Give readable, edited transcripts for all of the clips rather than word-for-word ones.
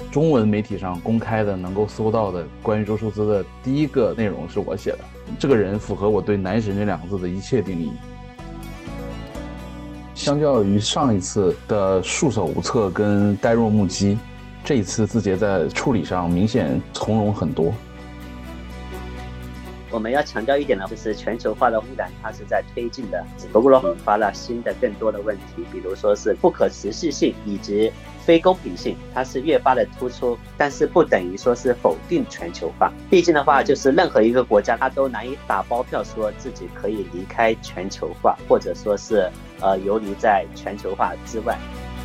中文媒体上公开的能够搜到的关于周受资的第一个内容是我写的。这个人符合我对男神这两个字的一切定义。相较于上一次的束手无策跟呆若木鸡，这一次字节在处理上明显从容很多。 我们要强调一点呢，就是全球化的污染它是在推进的，只不过引发了新的更多的问题，比如说是不可持续性以及非公平性，它是越发的突出，但是不等于说是否定全球化。毕竟的话，就是任何一个国家它都难以打包票说自己可以离开全球化，或者说是游离在全球化之外。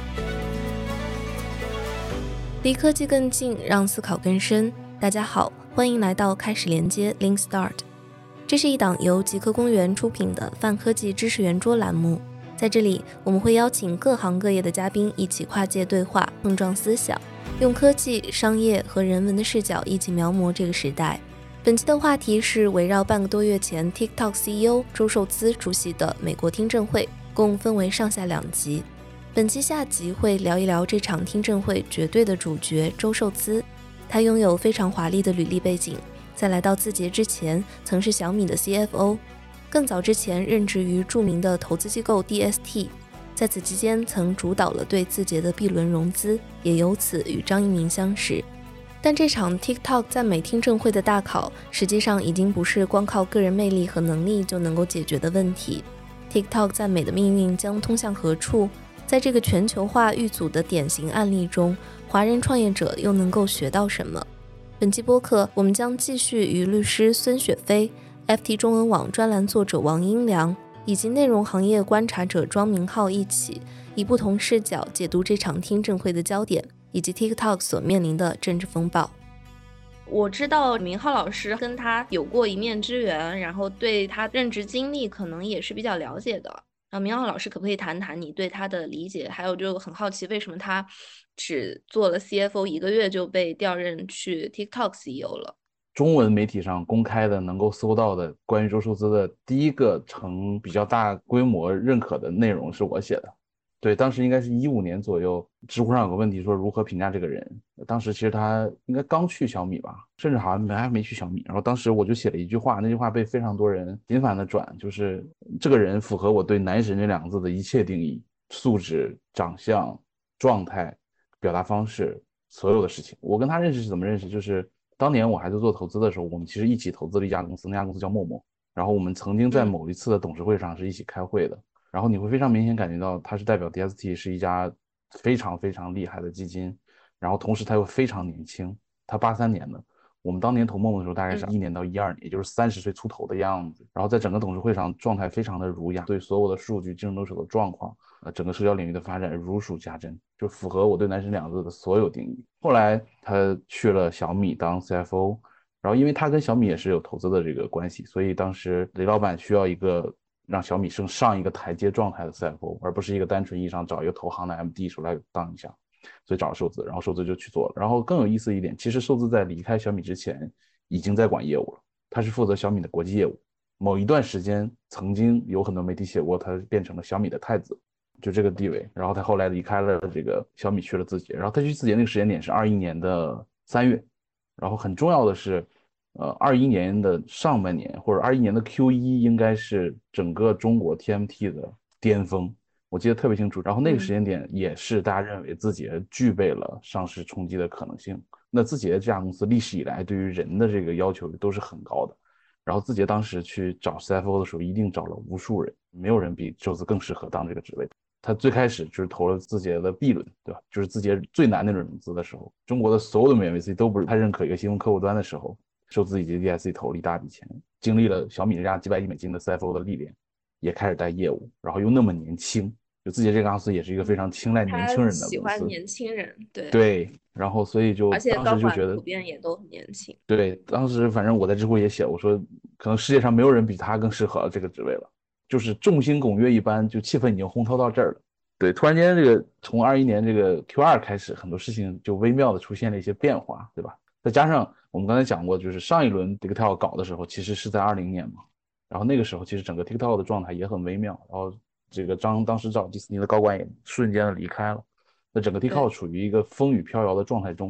离科技更近，让思考更深。大家好，欢迎来到开始连接 Link Start。这是一档由极客公园出品的泛科技知识圆桌栏目。在这里，我们会邀请各行各业的嘉宾一起跨界对话，碰撞思想，用科技、商业和人文的视角一起描摹这个时代。本期的话题是围绕半个多月前 TikTok CEO 周受资出席的美国听证会，共分为上下两集。本期下集会聊一聊这场听证会绝对的主角周受资。他拥有非常华丽的履历背景，在来到字节之前曾是小米的 CFO， 更早之前任职于著名的投资机构 DST， 在此期间曾主导了对字节的 B 轮融资，也由此与张一鸣相识。但这场 TikTok 在美听证会的大考，实际上已经不是光靠个人魅力和能力就能够解决的问题。TikTok 在美的命运将通向何处？在这个全球化遇阻的典型案例中，华人创业者又能够学到什么？本期播客我们将继续与律师孙雪飞、FT 中文网专栏作者王英良以及内容行业观察者庄明浩一起，以不同视角解读这场听证会的焦点，以及 TikTok 所面临的政治风暴。我知道明浩老师跟他有过一面之缘，然后对他任职经历可能也是比较了解的。明浩老师可不可以谈谈你对他的理解？还有就很好奇，为什么他只做了 CFO 1个月就被调任去 TikTok CEO 了？ 中文媒体上公开的能够搜到的关于周受资的第一个成比较大规模认可的内容是我写的。对，当时应该是15年左右，知乎上有个问题说如何评价这个人。当时其实他应该刚去小米吧，甚至好像还没去小米。然后当时我就写了一句话，那句话被非常多人频繁的转，就是这个人符合我对男神这两个字的一切定义：素质、长相、状态、表达方式，所有的事情。我跟他认识是怎么认识？就是当年我还在做投资的时候，我们其实一起投资了一家公司，那家公司叫陌陌。然后我们曾经在某一次的董事会上是一起开会的。然后你会非常明显感觉到他是代表 DST 是一家非常非常厉害的基金，然后同时他又非常年轻，他83年的，我们当年投陌陌的时候大概是1年到12年，也就是30岁出头的样子。然后在整个董事会上状态非常的儒雅，对所有的数据、竞争对手的状况，整个社交领域的发展如数家珍，就符合我对男神两个字的所有定义。后来他去了小米当 CFO，然后因为他跟小米也是有投资的这个关系，所以当时雷老板需要一个让小米上一个台阶状态的 CFO， 而不是一个单纯意义上找一个投行的 MD 出来当一下，所以找了受资，然后受资就去做了。然后更有意思一点，其实受资在离开小米之前已经在管业务了，他是负责小米的国际业务。某一段时间曾经有很多媒体写过他变成了小米的太子，就这个地位。然后他后来离开了这个小米去了字节，然后他去字节那个时间点是21年的3月。然后很重要的是21年的上半年或者21年的 Q1应该是整个中国 TMT 的巅峰，我记得特别清楚。然后那个时间点也是大家认为字节具备了上市冲击的可能性。那字节这家公司历史以来对于人的这个要求都是很高的。然后字节当时去找 CFO 的时候，一定找了无数人，没有人比周子更适合当这个职位。他最开始就是投了字节的 B 轮，对吧？就是字节最难那种融资的时候，中国的所有的美元 VC 都不是他认可一个新闻客户端的时候，受字节 DSC 投了一大笔钱，经历了小米这家几百亿美金的 CFO 的历练，也开始带业务，然后又那么年轻，就字节这个公司也是一个非常青睐年轻人的公司， 他喜欢年轻人， 对，然后所以就而且当高管时就觉得普遍也都很年轻。 对，当时反正我在知乎也写，我说可能世界上没有人比他更适合这个职位了，就是众星拱月一般，就气氛已经烘托到这儿了。对，突然间这个从21年这个 Q2 开始，很多事情就微妙的出现了一些变化，对吧？再加上我们刚才讲过，就是上一轮 TikTok 搞的时候，其实是在20年嘛，然后那个时候其实整个 TikTok 的状态也很微妙，然后这个当时找迪士尼的高管也瞬间的离开了，那整个 TikTok 处于一个风雨飘摇的状态中。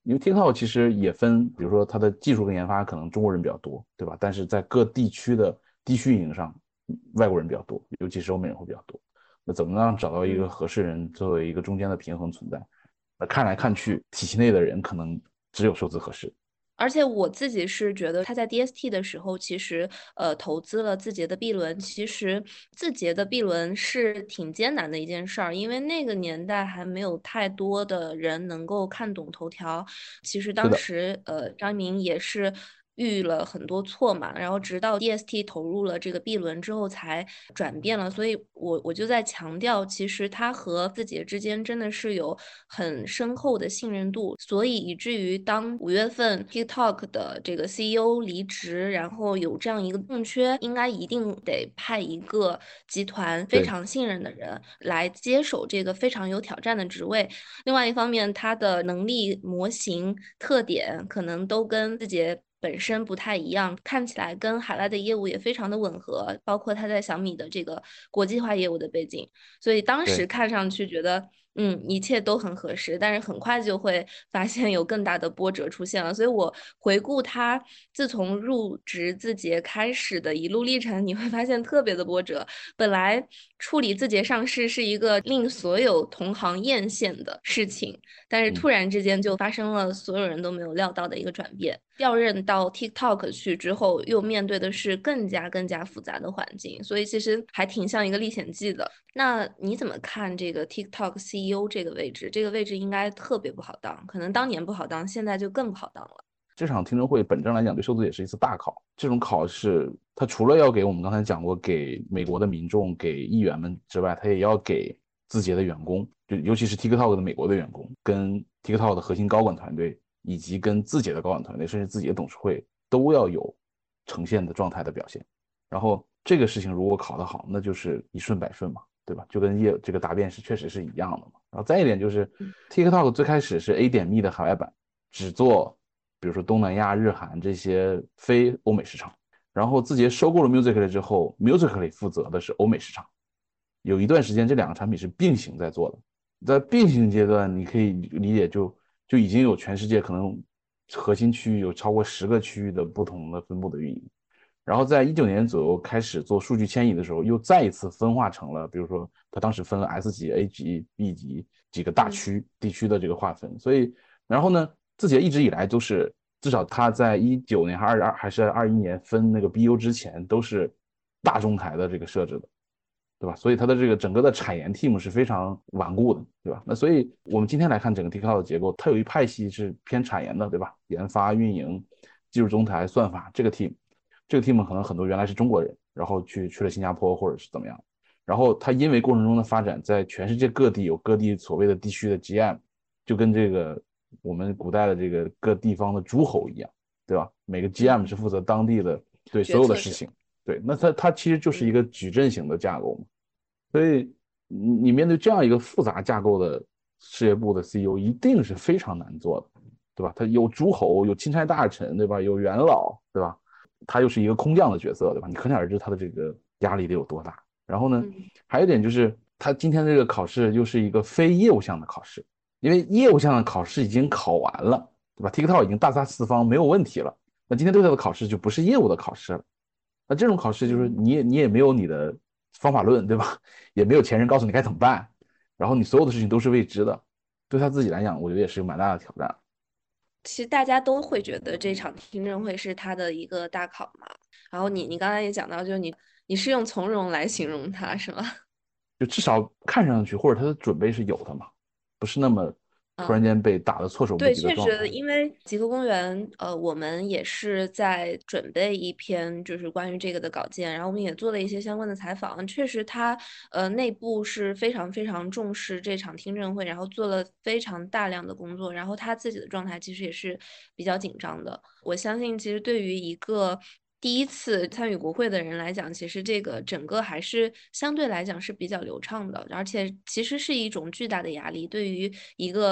因为 TikTok 其实也分，比如说它的技术跟研发可能中国人比较多，对吧？但是在各地区的地区运营上，外国人比较多，尤其是欧美人会比较多。那怎么样找到一个合适人作为一个中间的平衡存在？那看来看去，体系内的人可能只有数字合适。 而且我自己是觉得他在 DST 的时候，其实投资了字节的 B 轮。其实字节的 B 轮是挺艰难的一件事儿，因为那个年代还没有太多的人能够看懂头条。其实当是的， 时张一鸣也是遇了很多错嘛，然后直到 DST 投入了这个 B 轮之后才转变了。所以我就在强调，其实他和字节之间真的是有很深厚的信任度，所以以至于当5月份 TikTok 的这个 CEO 离职，然后有这样一个空缺，应该一定得派一个集团非对， 常信任的人来接手这个非常有挑战的职位。另外一方面，他的能力模型特点可能都跟字节本身不太一样，看起来跟海外的业务也非常的吻合，包括他在小米的这个国际化业务的背景，所以当时对， 看上去觉得一切都很合适，但是很快就会发现有更大的波折出现了。所以我回顾他自从入职字节开始的一路历程，你会发现特别的波折。本来处理字节上市是一个令所有同行艳羡的事情，但是突然之间就发生了所有人都没有料到的一个转变。调任到 TikTok 去之后，又面对的是更加复杂的环境，所以其实还挺像一个历险记的。那你怎么看这个 TikTok CEO 这个位置？这个位置应该特别不好当，可能当年不好当，现在就更不好当了。 这场听证会本质上来讲，对数字也是一次大考。这种考试，它除了要给我们刚才讲过给美国的民众、给议员们之外，它也要给字节的员工，就尤其是 TikTok 的美国的员工，跟 TikTok 的核心高管团队，以及跟字节的高管团队，甚至字节董事会都要有呈现的状态的表现。然后这个事情如果考得好，那就是一顺百顺嘛，对吧？就跟这个答辩是确实是一样的嘛。然后再一点就是 TikTok 最开始是 A.me 的海外版，只做比如说东南亚、日韩这些非欧美市场。然后字节收购了 Musical.ly 之后，Musical.ly 负责的是欧美市场。有一段时间，这两个产品是并行在做的。在并行阶段，你可以理解就已经有全世界可能核心区域有超过10个区域的不同的分布的运营。然后在19年左右开始做数据迁移的时候，又再一次分化成了，比如说他当时分了 S 级、A 级、B 级几个大地区的这个划分。所以，然后呢，字节一直以来都是，至少他在19年还是21年分那个 BU 之前，都是大中台的这个设置的，对吧？所以它的这个整个的产研 team 是非常顽固的，对吧？那所以我们今天来看整个 TikTok 的结构，它有一派系是偏产研的，对吧？研发、运营、技术中台、算法这个 team。这个 team 可能很多原来是中国人，然后去了新加坡或者是怎么样，然后他因为过程中的发展，在全世界各地有各地所谓的地区的 GM，就跟这个我们古代的这个各地方的诸侯一样，对吧？每个 GM 是负责当地的对所有的事情，对，那它其实就是一个矩阵型的架构嘛，所以你面对这样一个复杂架构的事业部的 CEO，一定是非常难做的，对吧？他有诸侯，有钦差大臣，对吧？有元老，对吧？他又是一个空降的角色，对吧？你可想而知他的这个压力得有多大。然后呢，还有一点就是他今天这个考试又是一个非业务项的考试，因为业务项的考试已经考完了，对吧 ？TikTok 已经大杀四方没有问题了，那今天对他的考试就不是业务的考试了。那这种考试就是你也没有你的方法论，对吧？也没有前人告诉你该怎么办，然后你所有的事情都是未知的，对他自己来讲，我觉得也是个蛮大的挑战。 其实大家都会觉得这场听证会是他的一个大考嘛。然后你刚才也讲到，就是你是用从容来形容他，是吗？ 就至少看上去或者他的准备是有的嘛，不是那么突然间被打得措手不对， 及的确实， 状态。 因为极客公园，我们也是在准备一篇就是关于这个的稿件，然后我们也做了一些相关的采访。确实它，内部是非常重视这场听证会，然后做了非常大量的工作，然后他自己的状态其实也是比较紧张的。我相信，其实对于一个第一次参与国会的人来讲，其实这个整个还是相对来讲是比较流畅的，而且其实是一种巨大的压力，对于一个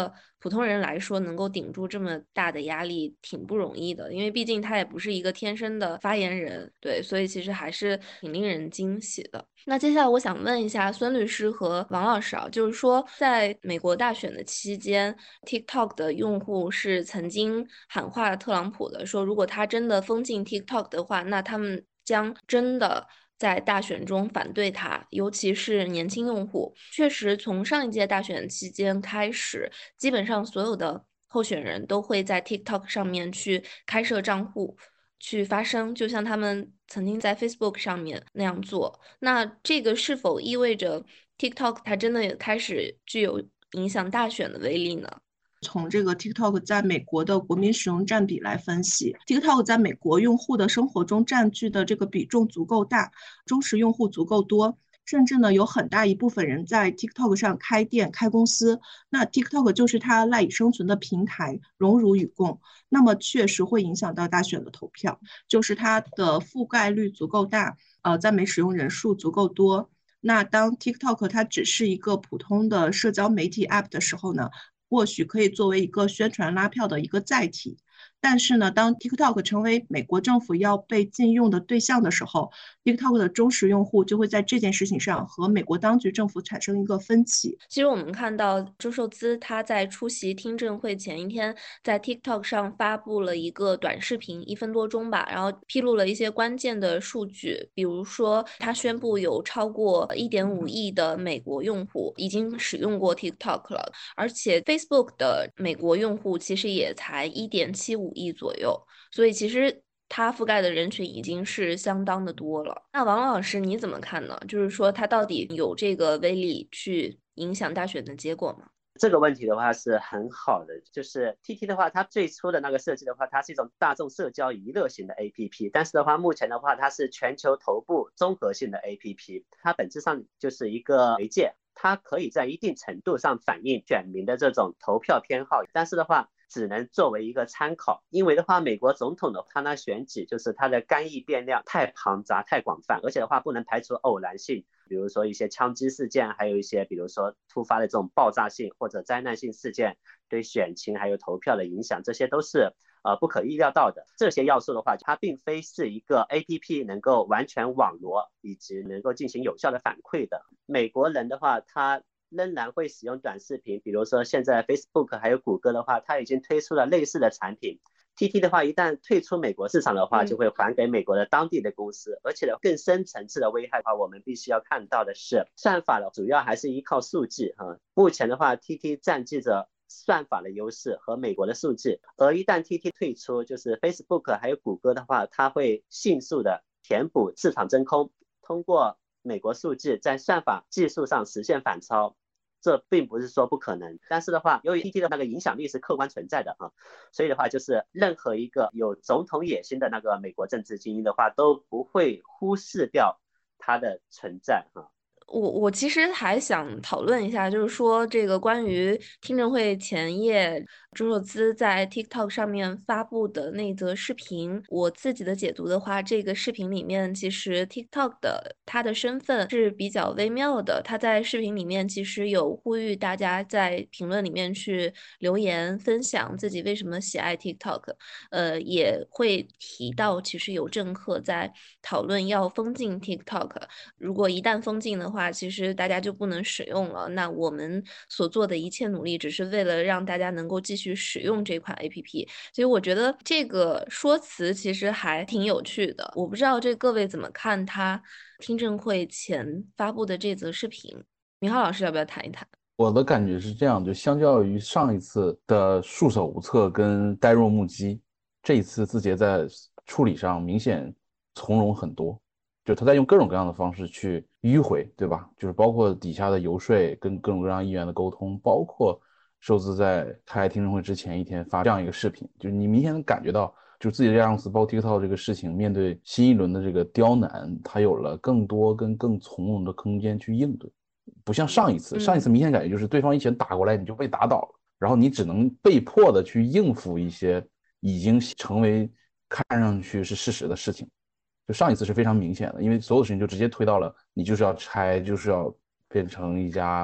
普通人来说能够顶住这么大的压力挺不容易的，因为毕竟他也不是一个天生的发言人，对，所以其实还是挺令人惊喜的。那接下来我想问一下孙律师和王老师啊，就是说在美国大选的期间 TikTok 的用户是曾经喊话特朗普的，说如果他真的封禁 TikTok 的话，那他们将真的在大选中反对他，尤其是年轻用户。确实，从上一届大选期间开始，基本上所有的候选人都会在 TikTok 上面去开设账户，去发声，就像他们曾经在 Facebook 上面那样做。那这个是否意味着 TikTok 它真的也开始具有影响大选的威力呢？ 从这个 TikTok 在美国的国民使用占比来分析，TikTok 在美国用户的生活中占据的这个比重足够大，忠实用户足够多，甚至呢有很大一部分人在 TikTok 上开店、开公司。那 TikTok 就是它赖以生存的平台，荣辱与共。那么确实会影响到大选的投票，就是它的覆盖率足够大，在美使用人数足够多。那当 TikTok 它只是一个普通的社交媒体 App 的时候呢，或许可以作为一个宣传拉票的一个载体。但是呢，当 TikTok 成为美国政府要被禁用的对象的时候，TikTok 的忠实用户就会在这件事情上和美国当局政府产生一个分歧。 其实我们看到周受资他在出席听证会前一天，在 TikTok 上发布了一个短视频，1分多钟吧，然后披露了一些关键的数据，比如说他宣布有超过1.5亿的美国用户已经使用过 TikTok 了，而且 Facebook 的美国用户其实也才1.75亿左右，所以其实它覆盖的人群已经是相当的多了。那王老师你怎么看呢？就是说它到底有这个威力去影响大选的结果吗？ 这个问题的话是很好的，就是 TT 的话，它最初的那个设计的话，它是一种大众社交娱乐型的 APP， 但是的话，目前的话，它是全球头部综合性的 APP， 它本质上就是一个媒介，它可以在一定程度上反映选民的这种投票偏好，但是的话，只能作为一个参考，因为的话，美国总统的他那选举就是他的干预变量太庞杂、太广泛，而且的话不能排除偶然性，比如说一些枪击事件，还有一些比如说突发的这种爆炸性或者灾难性事件对选情还有投票的影响，这些都是不可意料到的。这些要素的话，它并非是一个 APP 能够完全网罗以及能够进行有效的反馈的。美国人的话，他仍然会使用短视频，比如说现在 Facebook 还有谷歌的话，它已经推出了类似的产品。TT 的话，一旦退出美国市场的话，就会还给美国的当地的公司，而且更深层次的危害的话，我们必须要看到的是，算法的主要还是依靠数据目前的话 ，TT 占据着算法的优势和美国的数据，而一旦 TT 退出，就是 Facebook 还有谷歌的话，它会迅速的填补市场真空，通过美国数据在算法技术上实现反超。这并不是说不可能，但是的话，由于 TT 的那个影响力是客观存在的所以的话，就是任何一个有总统野心的那个美国政治精英的话，都不会忽视掉它的存在我其实还想讨论一下，就是说这个关于听证会前夜周受资在 TikTok 上面发布的那则视频，我自己的解读的话，这个视频里面其实 TikTok 的它的身份是比较微妙的，它在视频里面其实有呼吁大家在评论里面去留言分享自己为什么喜爱 TikTok，也会提到其实有政客在讨论要封禁 TikTok，如果一旦封禁的话，其实大家就不能使用了。那我们所做的一切努力，只是为了让大家能够继续使用这款 APP。所以我觉得这个说辞其实还挺有趣的。我不知道这各位怎么看他听证会前发布的这则视频。明浩老师要不要谈一谈？ 我的感觉是这样，就相较于上一次的束手无策跟呆若木鸡，这一次字节在处理上明显从容很多。就他在用各种各样的方式去迂回，对吧？就是包括底下的游说，跟各种各样议员的沟通，包括受资在开听证会之前一天发这样一个视频，就是你明显能感觉到，就是自己的样子，包括 TikTok 这个事情，面对新一轮的这个刁难，他有了更多跟更从容的空间去应对，不像上一次，上一次明显感觉就是对方一拳打过来，你就被打倒了，然后你只能被迫的去应付一些已经成为看上去是事实的事情。就上一次是非常明显的，因为所有事情就直接推到了你就是要拆，就是要变成一家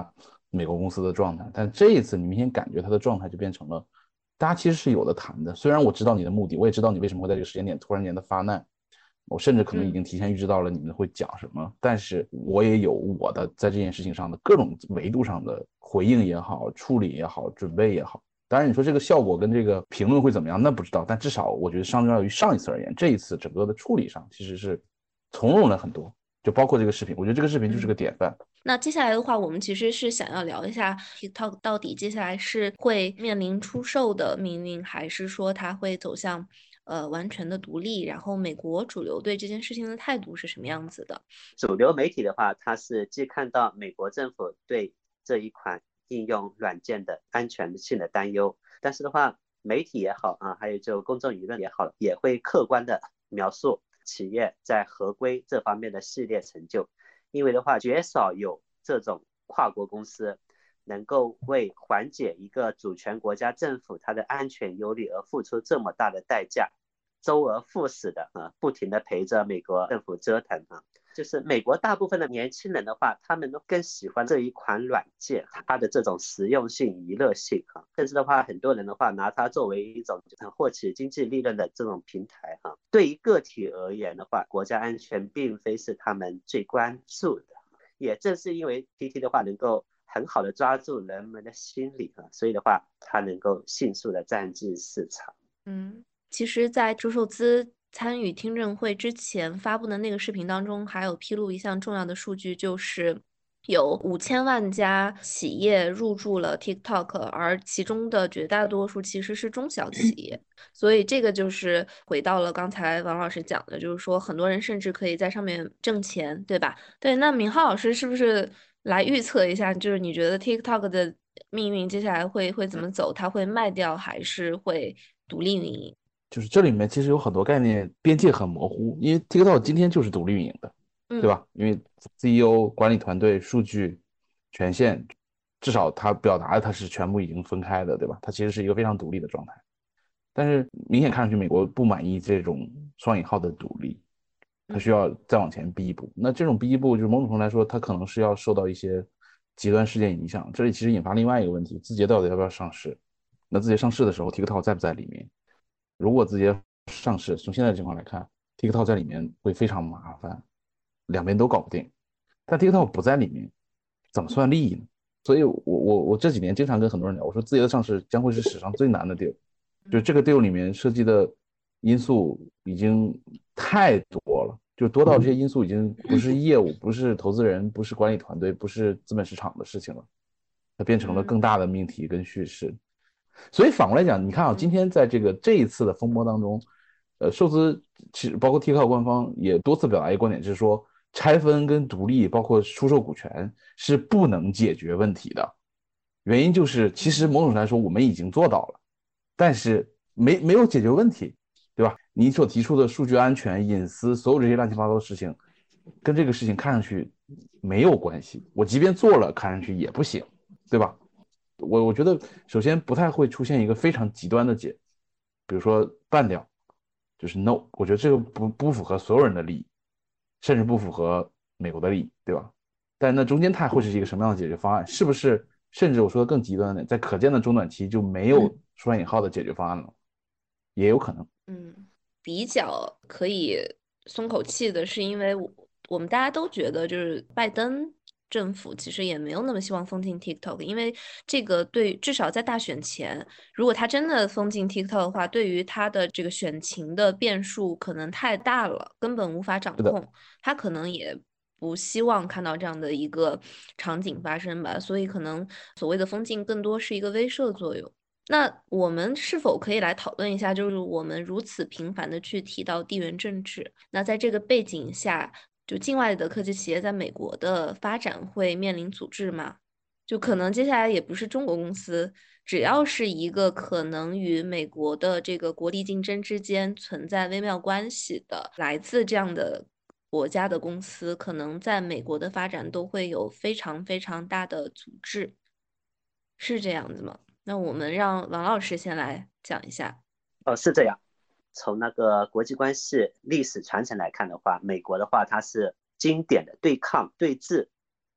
美国公司的状态。但这一次你明显感觉它的状态就变成了，大家其实是有的谈的。虽然我知道你的目的，我也知道你为什么会在这个时间点突然间的发难，我甚至可能已经提前预知到了你们会讲什么，但是我也有我的在这件事情上的各种维度上的回应也好，处理也好，准备也好。当然你说这个效果跟这个评论会怎么样，那不知道，但至少我觉得相较于上一次而言，这一次整个的处理上其实是从容了很多，就包括这个视频，我觉得这个视频就是个典范。 那接下来的话，我们其实是想要聊一下 TikTok 到底接下来是会面临出售的命运，还是说它会走向完全的独立？然后美国主流对这件事情的态度是什么样子的？ 主流媒体的话，它是既看到美国政府对这一款应用软件的安全性的担忧，但是的话，媒体也好啊，还有就公众舆论也好，也会客观的描述企业在合规这方面的系列成就。因为的话，绝少有这种跨国公司能够为缓解一个主权国家政府它的安全忧虑而付出这么大的代价，周而复始的不停的陪着美国政府折腾就是美国大部分的年轻人的话，他们都更喜欢这一款软件，它的这种实用性、娱乐性甚至的话，很多人的话拿它作为一种获取经济利润的这种平台对于个体而言的话，国家安全并非是他们最关注的。也正是因为 TT 的话能够很好的抓住人们的心理所以的话，它能够迅速的占据市场。 其实，在周受资参与听证会之前发布的那个视频当中，还有披露一项重要的数据，就是有5000万家企业入驻了 TikTok， 而其中的绝大多数其实是中小企业。所以这个就是回到了刚才王老师讲的，就是说很多人甚至可以在上面挣钱，对吧？对，那明浩老师是不是来预测一下，就是你觉得 TikTok 的命运接下来会怎么走？它会卖掉还是会独立运营？ 就是这里面其实有很多概念边界很模糊，因为 TikTok 今天就是独立运营的，对吧？因为 CEO 管理团队数据权限，至少他表达的他是全部已经分开的，对吧？它其实是一个非常独立的状态。但是明显看上去美国不满意这种双引号的独立，他需要再往前逼一步。那这种逼一步，就是某种程度来说，他可能是要受到一些极端事件影响。这里其实引发另外一个问题：字节到底要不要上市？那字节上市的时候 ，TikTok 在不在里面？如果字节上市，从现在的情况来看 ，TikTok 在里面会非常麻烦，两边都搞不定。但 TikTok 不在里面，怎么算利益呢？所以我这几年经常跟很多人聊，我说字节的上市将会是史上最难的 deal， 就这个 deal 里面涉及的因素已经太多了，就多到这些因素已经不是业务，不是投资人，不是管理团队，不是资本市场的事情了，它变成了更大的命题跟叙事。所以反过来讲，你看啊，今天在这一次的风波当中，受资其实包括 TikTok 官方也多次表达一个观点，就是说拆分跟独立，包括出售股权是不能解决问题的。原因就是其实某种程度来说我们已经做到了，但是没有解决问题，对吧？你所提出的数据安全、隐私，所有这些乱七八糟的事情，跟这个事情看上去没有关系。我即便做了，看上去也不行，对吧？我觉得首先不太会出现一个非常极端的解，比如说办掉，就是 no， 我觉得这个不符合所有人的利益，甚至不符合美国的利益，对吧？但那中间它会是一个什么样的解决方案？是不是甚至我说的更极端的，在可见的中短期就没有双引号的解决方案了，也有可能。 比较可以松口气的是，因为我们大家都觉得，就是拜登政府其实也没有那么希望封禁 TikTok，因为这个至少在大选前，如果他真的封禁 TikTok 的话，对于他的这个选情的变数可能太大了，根本无法掌控。他可能也不希望看到这样的一个场景发生吧，所以可能所谓的封禁更多是一个威慑作用。那我们是否可以来讨论一下，就是我们如此频繁的去提到地缘政治，那在这个背景下，就境外的科技企业在美国的发展会面临阻滞吗？就可能接下来也不是中国公司，只要是一个可能与美国的这个国力竞争之间存在微妙关系的，来自这样的国家的公司，可能在美国的发展都会有非常非常大的阻滞，是这样子吗？那我们让王老师先来讲一下。 是这样。从那个国际关系历史传承来看的话，美国的话它是经典的对抗对峙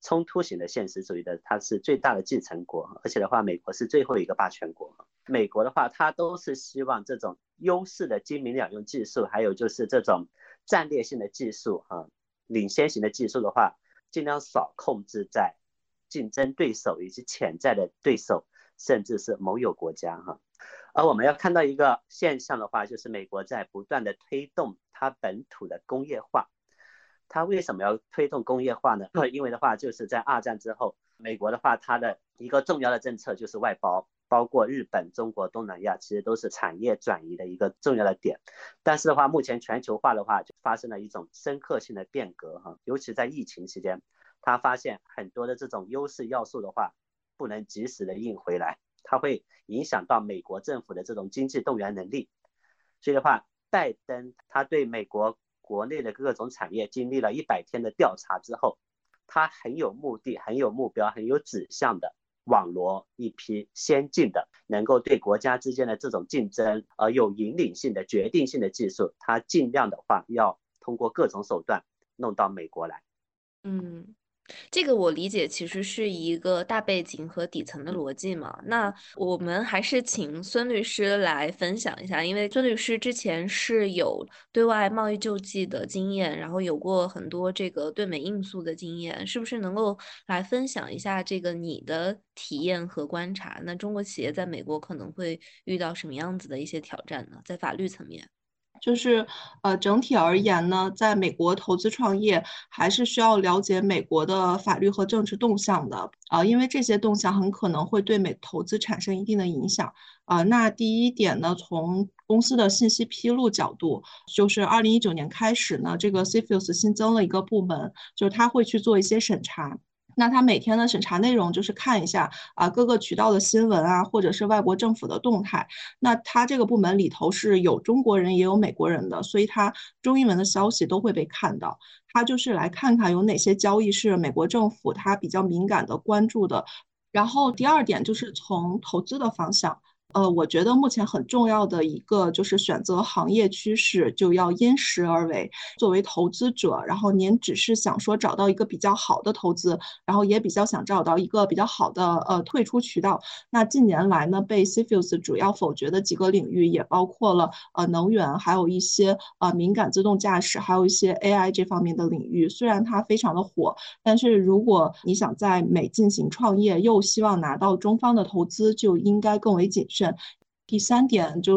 冲突型的现实主义的，它是最大的继承国，而且的话，美国是最后一个霸权国。美国的话，它都是希望这种优势的精明两用技术，还有就是这种战略性的技术领先型的技术的话，尽量少控制在竞争对手以及潜在的对手，甚至是盟友国家而我们要看到一个现象的话，就是美国在不断的推动它本土的工业化。它为什么要推动工业化呢？因为的话，就是在二战之后，美国的话，它的一个重要的政策就是外包，包括日本、中国、东南亚，其实都是产业转移的一个重要的点。但是的话，目前全球化的话，就发生了一种深刻性的变革尤其在疫情期间，他发现很多的这种优势要素的话，不能及时的应回来，它会影响到美国政府的这种经济动员能力。所以的话，拜登他对美国国内的各种产业经历了100天的调查之后，他很有目的、很有目标、很有指向的网罗一批先进的、能够对国家之间的这种竞争而有引领性的、决定性的技术，他尽量的话要通过各种手段弄到美国来。 这个我理解其实是一个大背景和底层的逻辑嘛。那我们还是请孙律师来分享一下，因为孙律师之前是有对外贸易救济的经验，然后有过很多这个对美因素的经验，是不是能够来分享一下这个你的体验和观察？那中国企业在美国可能会遇到什么样子的一些挑战呢？在法律层面。 就是整体而言呢，在美国投资创业还是需要了解美国的法律和政治动向的因为这些动向很可能会对美投资产生一定的影响那第一点呢，从公司的信息披露角度，就是2019年开始呢，这个 CFIUS 新增了一个部门，就是他会去做一些审查。那他每天的审查内容就是看一下各个渠道的新闻或者是外国政府的动态。那他这个部门里头是有中国人也有美国人的，所以他中英文的消息都会被看到。他就是来看看有哪些交易是美国政府他比较敏感的关注的。然后第二点就是从投资的方向。我觉得目前很重要的一个就是选择行业趋势就要因时而为。作为投资者，然后您只是想说找到一个比较好的投资，然后也比较想找到一个比较好的退出渠道。那近年来呢，被 CFIUS 主要否决的几个领域也包括了能源，还有一些敏感自动驾驶，还有一些 AI 这方面的领域。虽然它非常的火，但是如果你想在美进行创业，又希望拿到中方的投资，就应该更为谨慎。第三点就是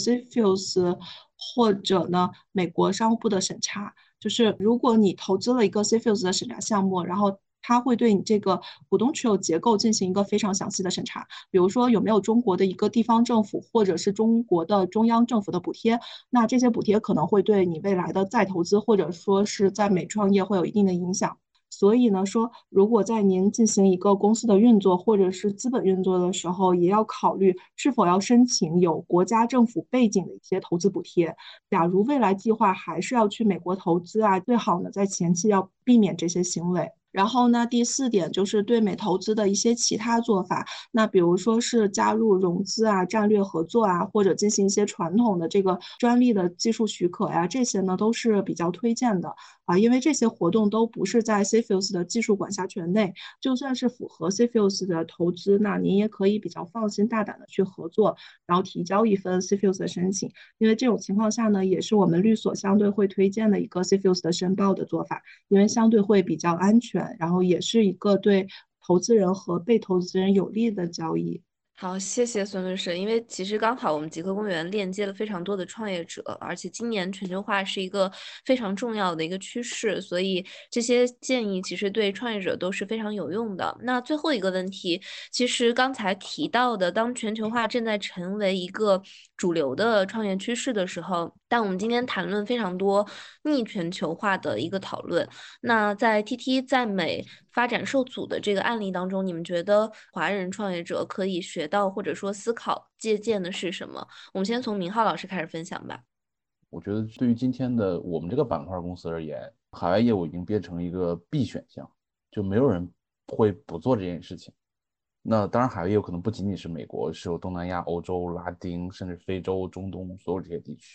CFIUS 或者呢美国商务部的审查，就是如果你投资了一个 CFIUS 的审查项目，然后它会对你这个股东持有结构进行一个非常详细的审查，比如说有没有中国的一个地方政府或者是中国的中央政府的补贴，那这些补贴可能会对你未来的再投资或者说是在美创业会有一定的影响。所以呢，说如果在您进行一个公司的运作或者是资本运作的时候，也要考虑是否要申请有国家政府背景的一些投资补贴。假如未来计划还是要去美国投资最好呢在前期要避免这些行为。然后呢，第四点就是对美投资的一些其他做法，那比如说是加入融资战略合作或者进行一些传统的这个专利的技术许可这些呢都是比较推荐的因为这些活动都不是在 CFIUS 的技术管辖权内，就算是符合 CFIUS 的投资，那您也可以比较放心大胆的去合作，然后提交一份 CFIUS 的申请。因为这种情况下呢，也是我们律所相对会推荐的一个 CFIUS 的申报的做法，因为相对会比较安全。然后也是一个对投资人和被投资人有利的交易。 好，谢谢孙律师。因为其实刚好我们极客公园链接了非常多的创业者，而且今年全球化是一个非常重要的一个趋势，所以这些建议其实对创业者都是非常有用的。那最后一个问题，其实刚才提到的，当全球化正在成为一个主流的创业趋势的时候，但我们今天谈论非常多逆全球化的一个讨论。那在 TT 在美发展受阻的这个案例当中，你们觉得华人创业者可以学到或者说思考借鉴的是什么？我们先从明浩老师开始分享吧。 我觉得对于今天的我们这个板块公司而言，海外业务已经变成一个必选项，就没有人会不做这件事情。那当然，海外业务可能不仅仅是美国，是有东南亚、欧洲、拉丁，甚至非洲、中东所有这些地区。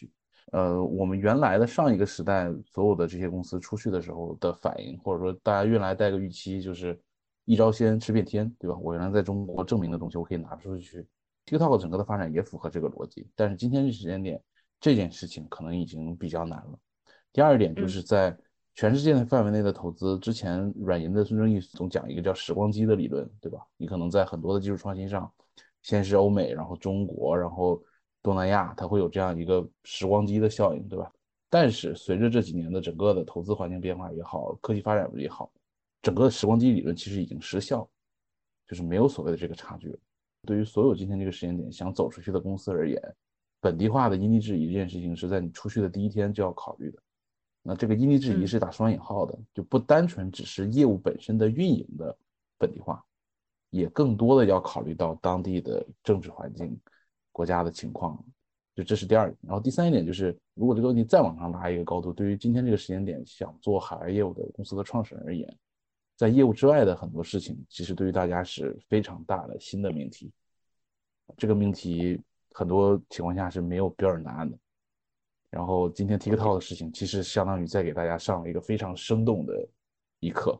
我们原来的上一个时代所有的这些公司出去的时候的反应，或者说大家原来带个预期就是一招鲜吃遍天，对吧？我原来在中国证明的东西我可以拿出去。TikTok 整个的发展也符合这个逻辑，但是今天这时间点这件事情可能已经比较难了。第二点就是在全世界的范围内的投资，之前软银的孙正义总讲一个叫时光机的理论，对吧？你可能在很多的技术创新上，先是欧美，然后中国，然后东南亚，它会有这样一个时光机的效应，对吧？但是随着这几年的整个的投资环境变化也好，科技发展也好，整个时光机理论其实已经失效，就是没有所谓的这个差距了。对于所有今天这个时间点想走出去的公司而言，本地化的因地制宜这件事情是在你出去的第一天就要考虑的。那这个因地制宜是打双引号的，就不单纯只是业务本身的运营的本地化，也更多的要考虑到当地的政治环境、国家的情况。就这是第二点。然后第三一点就是，如果这个问题再往上拉一个高度，对于今天这个时间点想做海外业务的公司的创始人而言，在业务之外的很多事情，其实对于大家是非常大的新的命题。这个命题很多情况下是没有标准答案的。然后今天 TikTok 的事情，其实相当于再给大家上了一个非常生动的一课。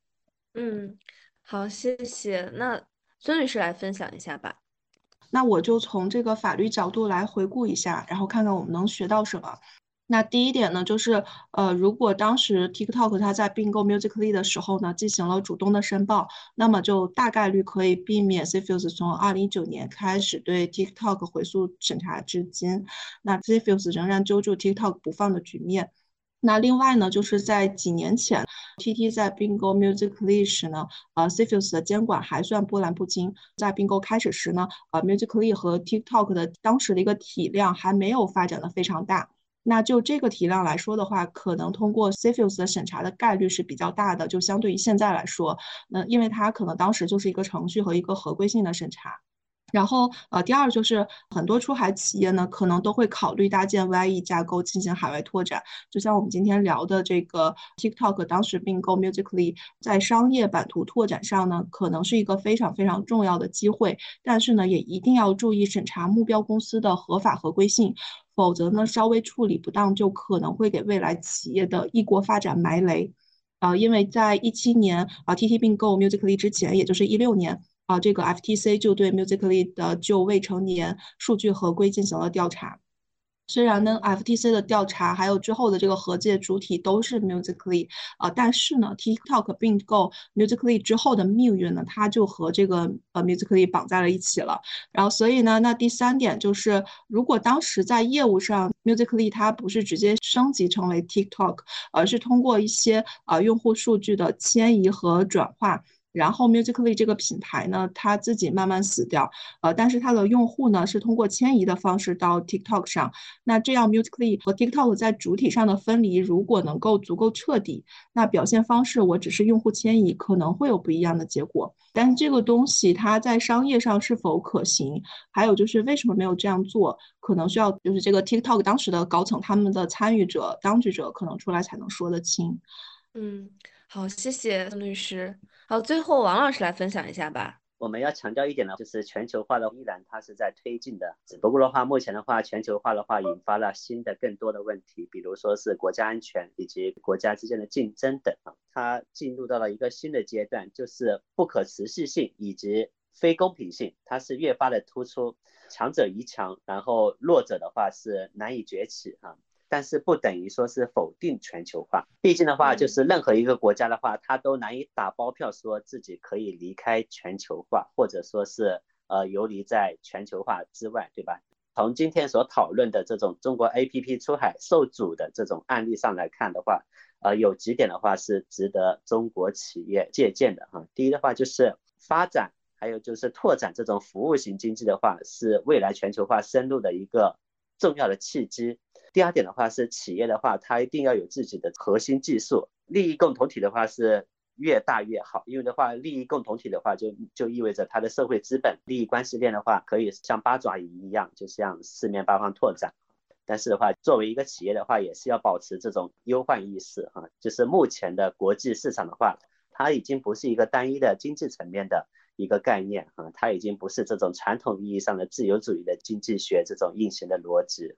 好，谢谢。那孙律师来分享一下吧。 那我就从这个法律角度来回顾一下，然后看看我们能学到什么。那第一点呢，就是如果当时 TikTok 它在并购 Musical.ly 的时候呢，进行了主动的申报，那么就大概率可以避免 CFIUS 从2019年开始对 TikTok 回溯审查至今，那 CFIUS 仍然揪住 TikTok 不放的局面。那另外呢，就是在几年前，TT 在并购 Musical.ly 时呢，CFIUS 的监管还算波澜不惊。在并购开始时呢，Musical.ly 和 TikTok 的当时的一个体量还没有发展的非常大。那就这个体量来说的话，可能通过 CFIUS 的审查的概率是比较大的，就相对于现在来说，因为它可能当时就是一个程序和一个合规性的审查。然后第二就是很多出海企业呢，可能都会考虑搭建 YE 架构进行海外拓展。就像我们今天聊的这个 TikTok 当时并购 Musical.ly， 在商业版图拓展上呢，可能是一个非常非常重要的机会。但是呢，也一定要注意审查目标公司的合法合规性，否则呢，稍微处理不当就可能会给未来企业的异国发展埋雷。因为在17年TT 并购 Musical.ly 之前，也就是16年。这个 FTC 就对 Musical.ly 的就未成年数据合规进行了调查。虽然呢，FTC 的调查还有之后的这个和解主体都是 Musical.ly，但是呢，TikTok 并购 Musical.ly 之后的命运呢，它就和这个Musical.ly 绑在了一起了。然后所以呢，那第三点就是，如果当时在业务上 Musical.ly 它不是直接升级成为 TikTok，而是通过一些用户数据的迁移和转化。然后 Musical.ly 这个品牌呢，它自己慢慢死掉，但是它的用户呢是通过迁移的方式到 TikTok 上，那这样 Musical.ly 和 TikTok 在主体上的分离如果能够足够彻底，那表现方式我只是用户迁移，可能会有不一样的结果。但是这个东西它在商业上是否可行，还有就是为什么没有这样做，可能需要就是这个 TikTok 当时的高层他们的参与者、当局者可能出来才能说得清。 好，谢谢孙律师。好，最后王老师来分享一下吧。 我们要强调一点呢，就是全球化的依然它是在推进的，只不过的话，目前的话，全球化的话引发了新的更多的问题，比如说是国家安全以及国家之间的竞争等啊，它进入到了一个新的阶段，就是不可持续性以及非公平性，它是越发的突出，强者愈强，然后弱者的话是难以崛起啊。但是不等于说是否定全球化，毕竟的话，就是任何一个国家的话，它都难以打包票说自己可以离开全球化，或者说是游离在全球化之外，对吧？从今天所讨论的这种中国 APP 出海受阻的这种案例上来看的话，有几点的话是值得中国企业借鉴的哈。第一的话就是发展，还有就是拓展这种服务型经济的话，是未来全球化深入的一个重要的契机。第二点的话是企业的话，它一定要有自己的核心技术，利益共同体的话是越大越好，因为的话利益共同体的话就意味着它的社会资本利益关系链的话可以像八爪鱼一样，就像四面八方拓展。但是的话，作为一个企业的话，也是要保持这种忧患意识啊，就是目前的国际市场的话，它已经不是一个单一的经济层面的一个概念啊，它已经不是这种传统意义上的自由主义的经济学这种运行的逻辑啊。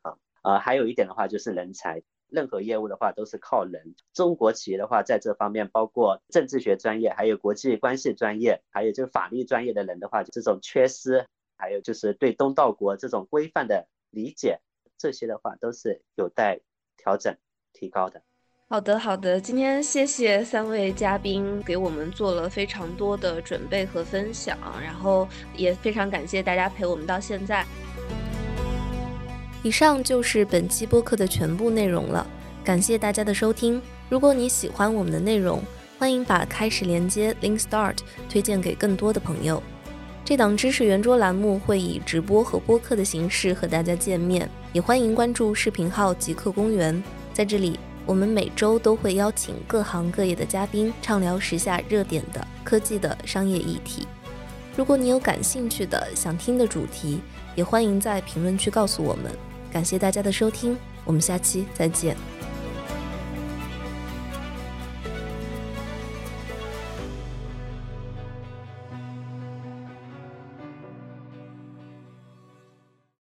还有一点的话就是人才，任何业务的话都是靠人。中国企业的话，在这方面包括政治学专业，还有国际关系专业，还有这个法律专业的人的话，这种缺失，还有就是对东道国这种规范的理解，这些的话都是有待调整提高的。 好的好的，今天谢谢3位嘉宾给我们做了非常多的准备和分享，然后也非常感谢大家陪我们到现在。以上就是本期播客的全部内容了，感谢大家的收听。如果你喜欢我们的内容，欢迎把开始连接 Link Start 推荐给更多的朋友。这档知识圆桌栏目会以直播和播客的形式和大家见面，也欢迎关注视频号极客公园。在这里，我们每周都会邀请各行各业的嘉宾，畅聊时下热点的科技的商业议题。如果你有感兴趣的想听的主题，也欢迎在评论区告诉我们。感谢大家的收听，我们下期再见。